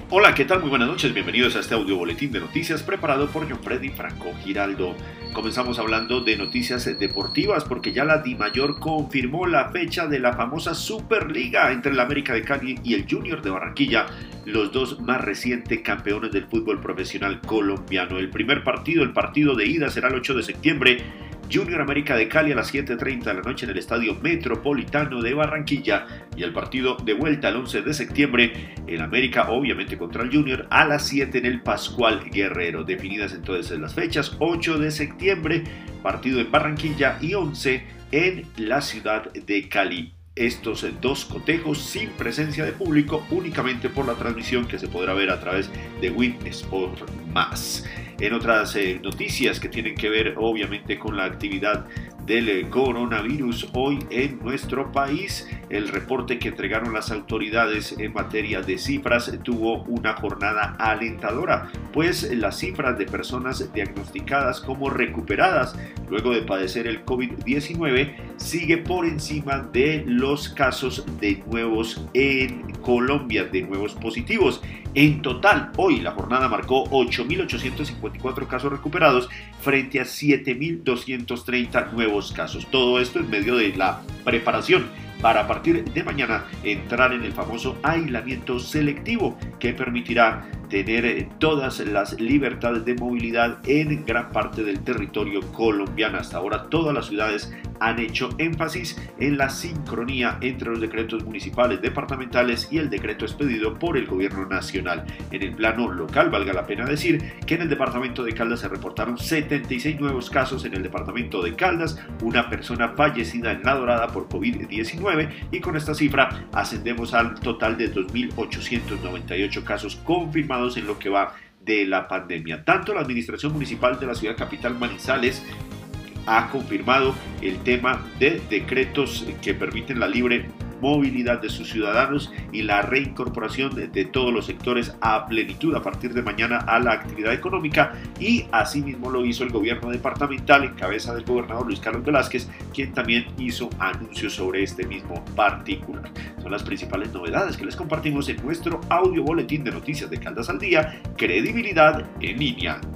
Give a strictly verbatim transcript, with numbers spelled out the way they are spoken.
Hola, ¿qué tal? Muy buenas noches, bienvenidos a este audio boletín de noticias preparado por John Freddy Franco Giraldo. Comenzamos hablando de noticias deportivas porque ya la DIMAYOR confirmó la fecha de la famosa Superliga entre el América de Cali y el Junior de Barranquilla, los dos más recientes campeones del fútbol profesional colombiano. El primer partido, el partido de ida, será el ocho de septiembre. Junior América de Cali a las siete y media de la noche en el Estadio Metropolitano de Barranquilla, y el partido de vuelta el once de septiembre, el América obviamente contra el Junior a las siete en el Pascual Guerrero. Definidas entonces las fechas: ocho de septiembre partido en Barranquilla y once en la ciudad de Cali. Estos dos cotejos sin presencia de público, únicamente por la transmisión que se podrá ver a través de Win Sport Más. En otras eh, noticias que tienen que ver obviamente con la actividad del eh, coronavirus hoy en nuestro país, el reporte que entregaron las autoridades en materia de cifras tuvo una jornada alentadora, pues las cifras de personas diagnosticadas como recuperadas luego de padecer el COVID diecinueve sigue por encima de los casos de nuevos en Colombia, de nuevos positivos. En total, hoy la jornada marcó ocho mil ochocientos cincuenta y cuatro casos recuperados frente a siete mil doscientos treinta nuevos casos. Todo esto en medio de la preparación para a partir de mañana entrar en el famoso aislamiento selectivo que permitirá tener todas las libertades de movilidad en gran parte del territorio colombiano. Hasta ahora todas las ciudades han hecho énfasis en la sincronía entre los decretos municipales, departamentales y el decreto expedido por el gobierno nacional. En el plano local, valga la pena decir que en el departamento de Caldas se reportaron setenta y seis nuevos casos en el departamento de Caldas, una persona fallecida en La Dorada por COVID diecinueve, y con esta cifra ascendemos al total de dos mil ochocientos noventa y ocho casos confirmados en lo que va de la pandemia. Tanto la administración municipal de la ciudad capital Manizales ha confirmado el tema de decretos que permiten la libre movilidad de sus ciudadanos y la reincorporación de, de todos los sectores a plenitud a partir de mañana a la actividad económica, y asimismo lo hizo el gobierno departamental en cabeza del gobernador Luis Carlos Velázquez, quien también hizo anuncios sobre este mismo particular. Son las principales novedades que les compartimos en nuestro audio boletín de noticias de Caldas al Día, credibilidad en línea.